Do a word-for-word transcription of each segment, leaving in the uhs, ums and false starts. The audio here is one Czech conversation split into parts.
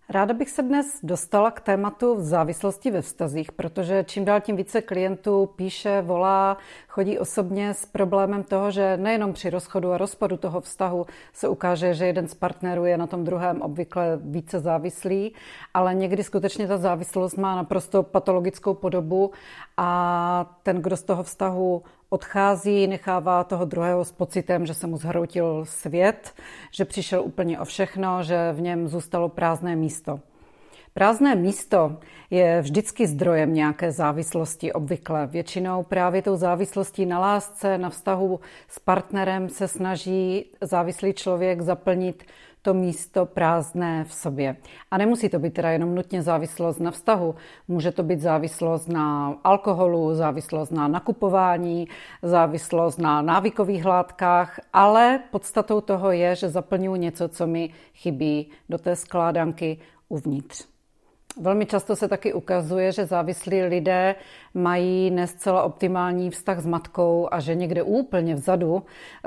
Ráda bych se dnes dostala k tématu závislosti ve vztazích, protože čím dál tím více klientů píše, volá, chodí osobně s problémem toho, že nejenom při rozchodu a rozpadu toho vztahu se ukáže, že jeden z partnerů je na tom druhém obvykle více závislý, ale někdy skutečně ta závislost má naprosto patologickou podobu a ten, kdo z toho vztahu odchází, nechává toho druhého s pocitem, že se mu zhroutil svět, že přišel úplně o všechno, že v něm zůstalo prázdné místo. Prázdné místo je vždycky zdrojem nějaké závislosti obvykle. Většinou právě tou závislostí na lásce, na vztahu s partnerem se snaží závislý člověk zaplnit to místo prázdné v sobě. A nemusí to být teda jenom nutně závislost na vztahu. Může to být závislost na alkoholu, závislost na nakupování, závislost na návykových látkách, ale podstatou toho je, že zaplňuji něco, co mi chybí do té skládanky uvnitř. Velmi často se taky ukazuje, že závislí lidé mají ne zcela optimální vztah s matkou a že někde úplně vzadu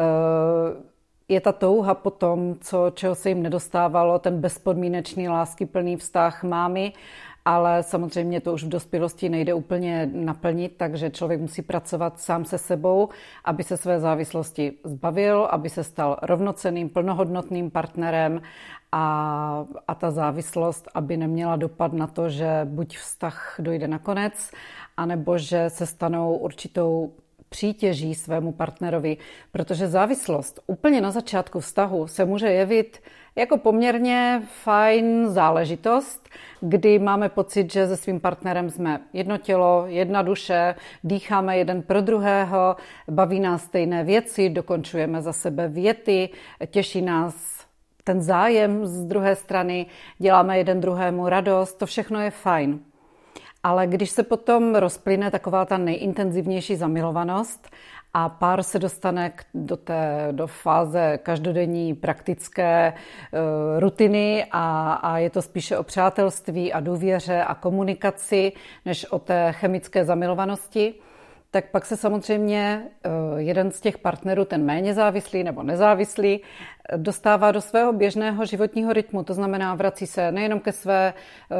je ta touha po tom, co, čeho se jim nedostávalo, ten bezpodmínečný láskyplný vztah mámy, ale samozřejmě to už v dospělosti nejde úplně naplnit, takže člověk musí pracovat sám se sebou, aby se své závislosti zbavil, aby se stal rovnocenným, plnohodnotným partnerem a, a ta závislost, aby neměla dopad na to, že buď vztah dojde na konec, anebo že se stanou určitou přítěží svému partnerovi, protože závislost úplně na začátku vztahu se může jevit jako poměrně fajn záležitost, kdy máme pocit, že se svým partnerem jsme jedno tělo, jedna duše, dýcháme jeden pro druhého, baví nás stejné věci, dokončujeme za sebe věty, těší nás ten zájem z druhé strany, děláme jeden druhému radost, to všechno je fajn. Ale když se potom rozplyne taková ta nejintenzivnější zamilovanost a pár se dostane do té do fáze každodenní praktické e, rutiny a, a je to spíše o přátelství a důvěře a komunikaci, než o té chemické zamilovanosti, tak pak se samozřejmě jeden z těch partnerů, ten méně závislý nebo nezávislý, dostává do svého běžného životního rytmu. To znamená, vrací se nejenom ke své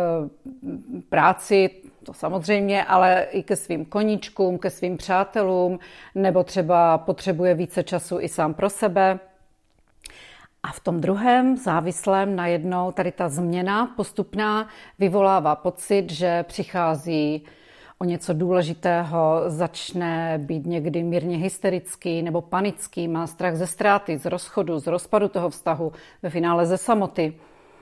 práci, to samozřejmě, ale i ke svým koníčkům, ke svým přátelům, nebo třeba potřebuje více času i sám pro sebe. A v tom druhém závislém najednou tady ta změna postupná vyvolává pocit, že přichází o něco důležitého, začne být někdy mírně hysterický nebo panický, má strach ze ztráty, z rozchodu, z rozpadu toho vztahu, ve finále ze samoty.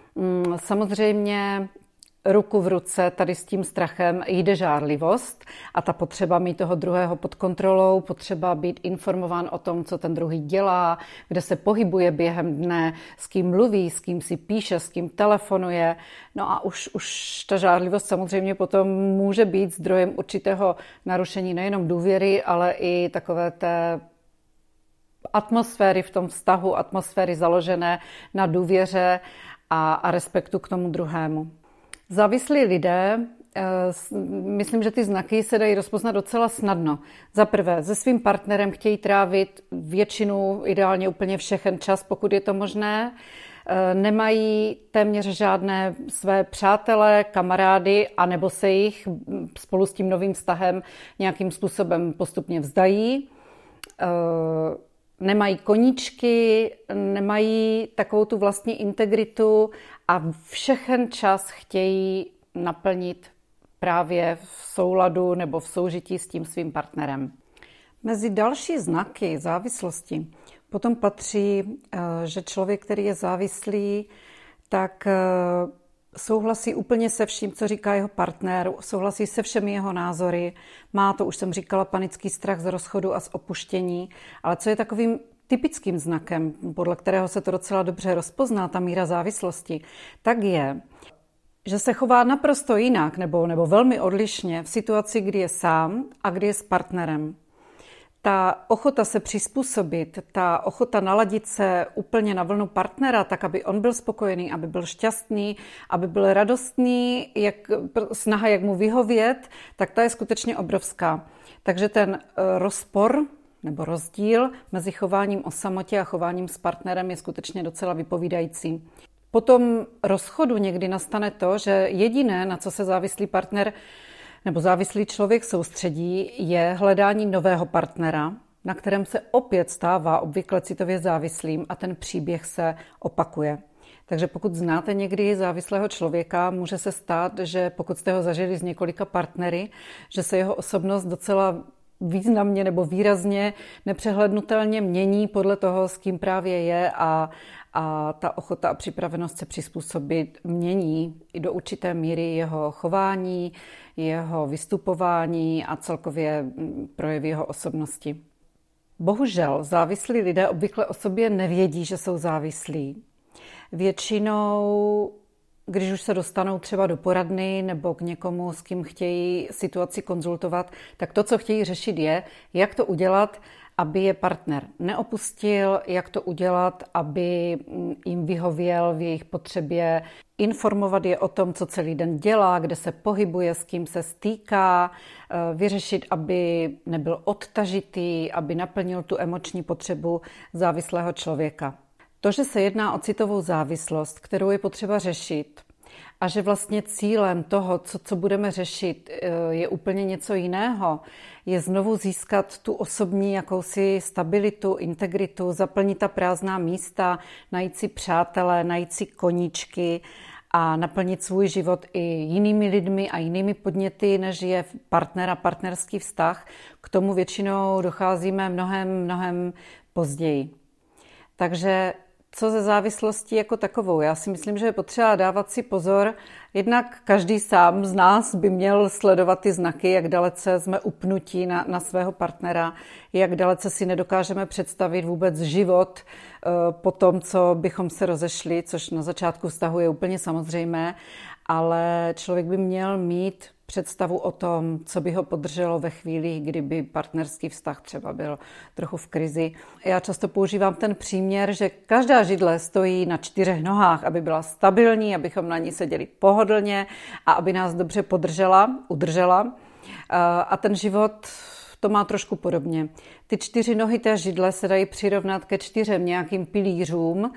Samozřejmě ruku v ruce tady s tím strachem jde žárlivost a ta potřeba mít toho druhého pod kontrolou, potřeba být informován o tom, co ten druhý dělá, kde se pohybuje během dne, s kým mluví, s kým si píše, s kým telefonuje. No a už, už ta žárlivost samozřejmě potom může být zdrojem určitého narušení nejenom důvěry, ale i takové té atmosféry v tom vztahu, atmosféry založené na důvěře a, a respektu k tomu druhému. Závislí lidé, myslím, že ty znaky se dají rozpoznat docela snadno. Za prvé, se svým partnerem chtějí trávit většinu, ideálně úplně všechen čas, pokud je to možné. Nemají téměř žádné své přátele, kamarády, anebo se jich spolu s tím novým vztahem nějakým způsobem postupně vzdají. Nemají koníčky, nemají takovou tu vlastní integritu a všechen čas chtějí naplnit právě v souladu nebo v soužití s tím svým partnerem. Mezi další znaky závislosti potom patří, že člověk, který je závislý, tak souhlasí úplně se vším, co říká jeho partner, souhlasí se všemi jeho názory, má to, už jsem říkala, panický strach z rozchodu a z opuštění, ale co je takovým typickým znakem, podle kterého se to docela dobře rozpozná, ta míra závislosti, tak je, že se chová naprosto jinak nebo, nebo velmi odlišně v situaci, kdy je sám a kdy je s partnerem. Ta ochota se přizpůsobit, ta ochota naladit se úplně na vlnu partnera, tak aby on byl spokojený, aby byl šťastný, aby byl radostný, jak, snaha, jak mu vyhovět, tak ta je skutečně obrovská. Takže ten rozpor nebo rozdíl mezi chováním o samotě a chováním s partnerem je skutečně docela vypovídající. Po tom rozchodu někdy nastane to, že jediné, na co se závislý partner nebo závislý člověk soustředí, je hledání nového partnera, na kterém se opět stává obvykle citově závislým a ten příběh se opakuje. Takže pokud znáte někdy závislého člověka, může se stát, že pokud jste ho zažili s několika partnery, že se jeho osobnost docela významně nebo výrazně nepřehlednutelně mění podle toho, s kým právě je a, a ta ochota a připravenost se přizpůsobit mění i do určité míry jeho chování, jeho vystupování a celkově projevy jeho osobnosti. Bohužel závislí lidé obvykle o sobě nevědí, že jsou závislí. Většinou, když už se dostanou třeba do poradny nebo k někomu, s kým chtějí situaci konzultovat, tak to, co chtějí řešit, je, jak to udělat, aby je partner neopustil, jak to udělat, aby jim vyhověl v jejich potřebě, informovat je o tom, co celý den dělá, kde se pohybuje, s kým se stýká, vyřešit, aby nebyl odtažitý, aby naplnil tu emoční potřebu závislého člověka. To, že se jedná o citovou závislost, kterou je potřeba řešit, a že vlastně cílem toho, co, co budeme řešit, je úplně něco jiného, je znovu získat tu osobní jakousi stabilitu, integritu, zaplnit ta prázdná místa, najít si přátele, najít si koníčky a naplnit svůj život i jinými lidmi a jinými podněty, než je partner a partnerský vztah. K tomu většinou docházíme mnohem, mnohem později. Takže co ze závislostí jako takovou? Já si myslím, že je potřeba dávat si pozor. Jednak každý sám z nás by měl sledovat ty znaky, jak dalece jsme upnutí na, na svého partnera, jak dalece si nedokážeme představit vůbec život po tom, co bychom se rozešli, což na začátku vztahu je úplně samozřejmé, ale člověk by měl mít představu o tom, co by ho podrželo ve chvíli, kdyby partnerský vztah třeba byl trochu v krizi. Já často používám ten příměr, že každá židle stojí na čtyřech nohách, aby byla stabilní, abychom na ní seděli pohodlně a aby nás dobře podržela, udržela. A ten život to má trošku podobně. Ty čtyři nohy té židle se dají přirovnat ke čtyřem nějakým pilířům.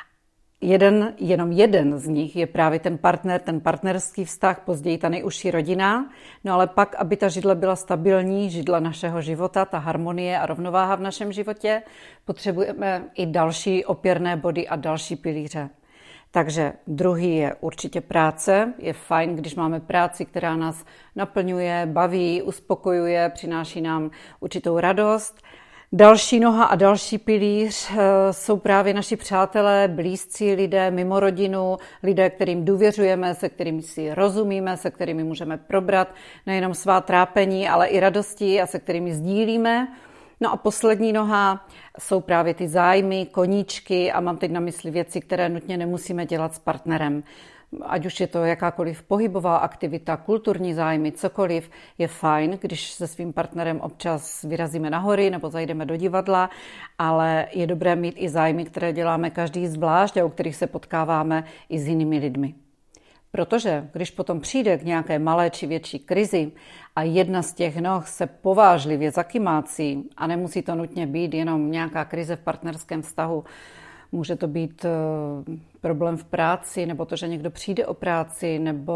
Jeden, jenom jeden z nich je právě ten partner, ten partnerský vztah, později ta nejužší rodina. No ale pak, aby ta židle byla stabilní, židla našeho života, ta harmonie a rovnováha v našem životě, potřebujeme i další opěrné body a další pilíře. Takže druhý je určitě práce. Je fajn, když máme práci, která nás naplňuje, baví, uspokojuje, přináší nám určitou radost. Další noha a další pilíř jsou právě naši přátelé, blízcí lidé, mimo rodinu, lidé, kterým důvěřujeme, se kterými si rozumíme, se kterými můžeme probrat nejenom svá trápení, ale i radosti a se kterými sdílíme. No a poslední noha jsou právě ty zájmy, koníčky a mám teď na mysli věci, které nutně nemusíme dělat s partnerem. Ať už je to jakákoliv pohybová aktivita, kulturní zájmy, cokoliv, je fajn, když se svým partnerem občas vyrazíme na hory nebo zajdeme do divadla, ale je dobré mít i zájmy, které děláme každý zvlášť a u kterých se potkáváme i s jinými lidmi. Protože když potom přijde k nějaké malé či větší krizi a jedna z těch noh se povážlivě zakymácí, a nemusí to nutně být jenom nějaká krize v partnerském vztahu, může to být problém v práci, nebo to, že někdo přijde o práci, nebo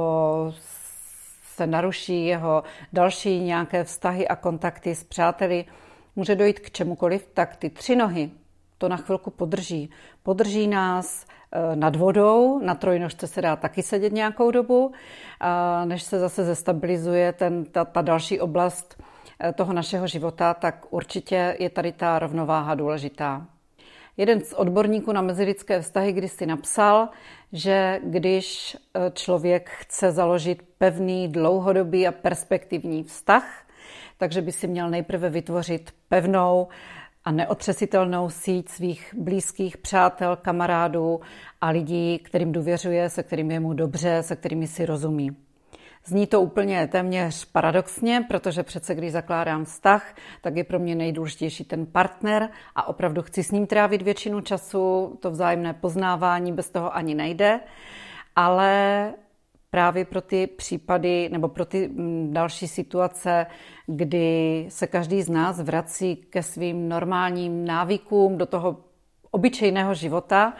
se naruší jeho další nějaké vztahy a kontakty s přáteli, může dojít k čemukoliv, tak ty tři nohy to na chvilku podrží. Podrží nás nad vodou, na trojnožce se dá taky sedět nějakou dobu, než se zase zestabilizuje ten, ta, ta další oblast toho našeho života, tak určitě je tady ta rovnováha důležitá. Jeden z odborníků na mezilidské vztahy kdysi napsal, že když člověk chce založit pevný, dlouhodobý a perspektivní vztah, takže by si měl nejprve vytvořit pevnou a neotřesitelnou síť svých blízkých přátel, kamarádů a lidí, kterým důvěřuje, se kterými je mu dobře, se kterými si rozumí. Zní to úplně téměř paradoxně, protože přece když zakládám vztah, tak je pro mě nejdůležitější ten partner a opravdu chci s ním trávit většinu času, to vzájemné poznávání bez toho ani nejde, ale právě pro ty případy nebo pro ty další situace, kdy se každý z nás vrací ke svým normálním návykům do toho obyčejného života,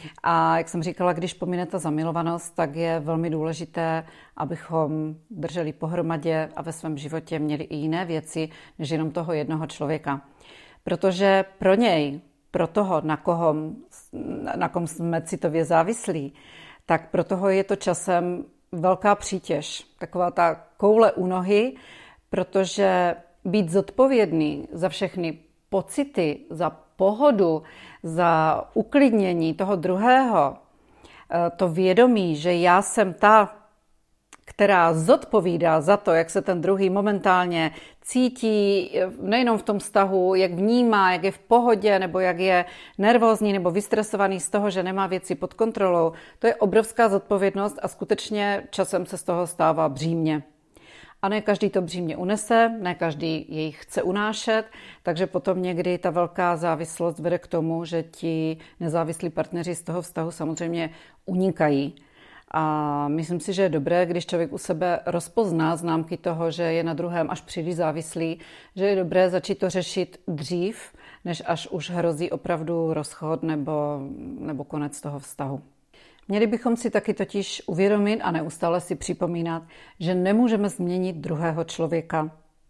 A jak jsem říkala, když pomine ta zamilovanost, tak je velmi důležité, abychom drželi pohromadě a ve svém životě měli i jiné věci, než jenom toho jednoho člověka. Protože pro něj, pro toho, na, koho, na kom jsme citově závislí, tak pro toho je to časem velká přítěž. Taková ta koule u nohy, protože být zodpovědný za všechny pocity, za pohodu, za uklidnění toho druhého, to vědomí, že já jsem ta, která zodpovídá za to, jak se ten druhý momentálně cítí, nejenom v tom vztahu, jak vnímá, jak je v pohodě, nebo jak je nervózní nebo vystresovaný z toho, že nemá věci pod kontrolou. To je obrovská zodpovědnost a skutečně časem se z toho stává břímě. A ne každý to břímě unese, ne každý jej chce unášet, takže potom někdy ta velká závislost vede k tomu, že ti nezávislí partneři z toho vztahu samozřejmě unikají. A myslím si, že je dobré, když člověk u sebe rozpozná známky toho, že je na druhém až příliš závislý, že je dobré začít to řešit dřív, než až už hrozí opravdu rozchod nebo, nebo konec toho vztahu. Měli bychom si taky totiž uvědomit a neustále si připomínat, že nemůžeme změnit druhého člověka.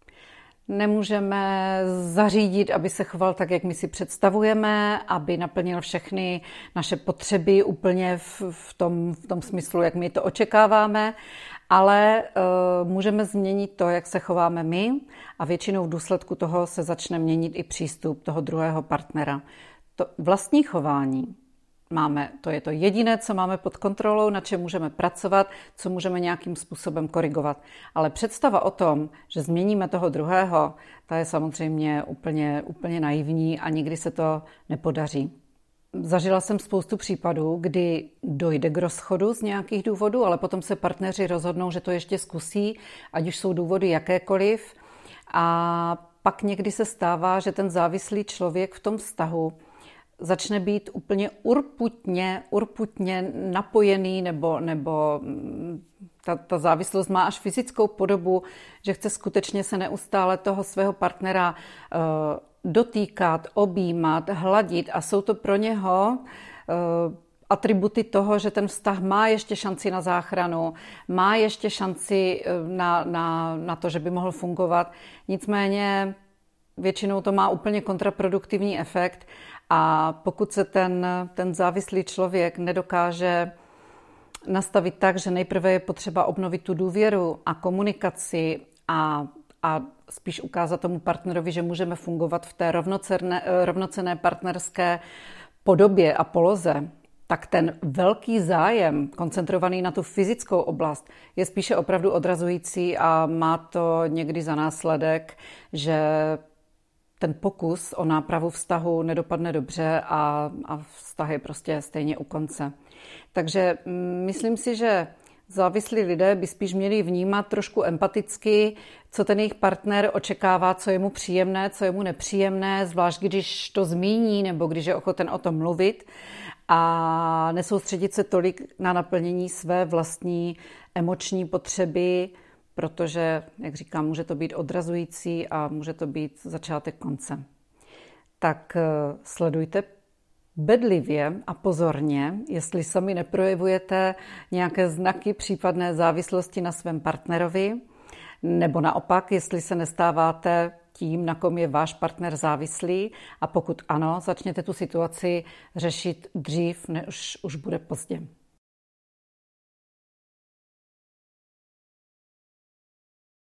Nemůžeme zařídit, aby se choval tak, jak my si představujeme, aby naplnil všechny naše potřeby úplně v, v, tom, v tom smyslu, jak my to očekáváme, ale uh, můžeme změnit to, jak se chováme my a většinou v důsledku toho se začne měnit i přístup toho druhého partnera. To vlastní chování máme, to je to jediné, co máme pod kontrolou, na čem můžeme pracovat, co můžeme nějakým způsobem korigovat. Ale představa o tom, že změníme toho druhého, ta je samozřejmě úplně, úplně naivní a nikdy se to nepodaří. Zažila jsem spoustu případů, kdy dojde k rozchodu z nějakých důvodů, ale potom se partneři rozhodnou, že to ještě zkusí, ať už jsou důvody jakékoliv. A pak někdy se stává, že ten závislý člověk v tom vztahu začne být úplně urputně, urputně napojený nebo, nebo ta, ta závislost má až fyzickou podobu, že chce skutečně se neustále toho svého partnera uh, dotýkat, objímat, hladit a jsou to pro něho uh, atributy toho, že ten vztah má ještě šanci na záchranu, má ještě šanci na, na, na to, že by mohl fungovat. Nicméně většinou to má úplně kontraproduktivní efekt a pokud se ten, ten závislý člověk nedokáže nastavit tak, že nejprve je potřeba obnovit tu důvěru a komunikaci a, a spíš ukázat tomu partnerovi, že můžeme fungovat v té rovnocenné, rovnocenné partnerské podobě a poloze, tak ten velký zájem, koncentrovaný na tu fyzickou oblast, je spíše opravdu odrazující a má to někdy za následek, že ten pokus o nápravu vztahu nedopadne dobře a, a vztah je prostě stejně u konce. Takže myslím si, že závislí lidé by spíš měli vnímat trošku empaticky, co ten jejich partner očekává, co je mu příjemné, co je mu nepříjemné, zvlášť když to zmíní nebo když je ochoten o tom mluvit a nesoustředit se tolik na naplnění své vlastní emoční potřeby, protože, jak říkám, může to být odrazující a může to být začátek konce. Tak sledujte bedlivě a pozorně, jestli sami neprojevujete nějaké znaky případné závislosti na svém partnerovi, nebo naopak, jestli se nestáváte tím, na kom je váš partner závislý a pokud ano, začněte tu situaci řešit dřív, než už bude pozdě.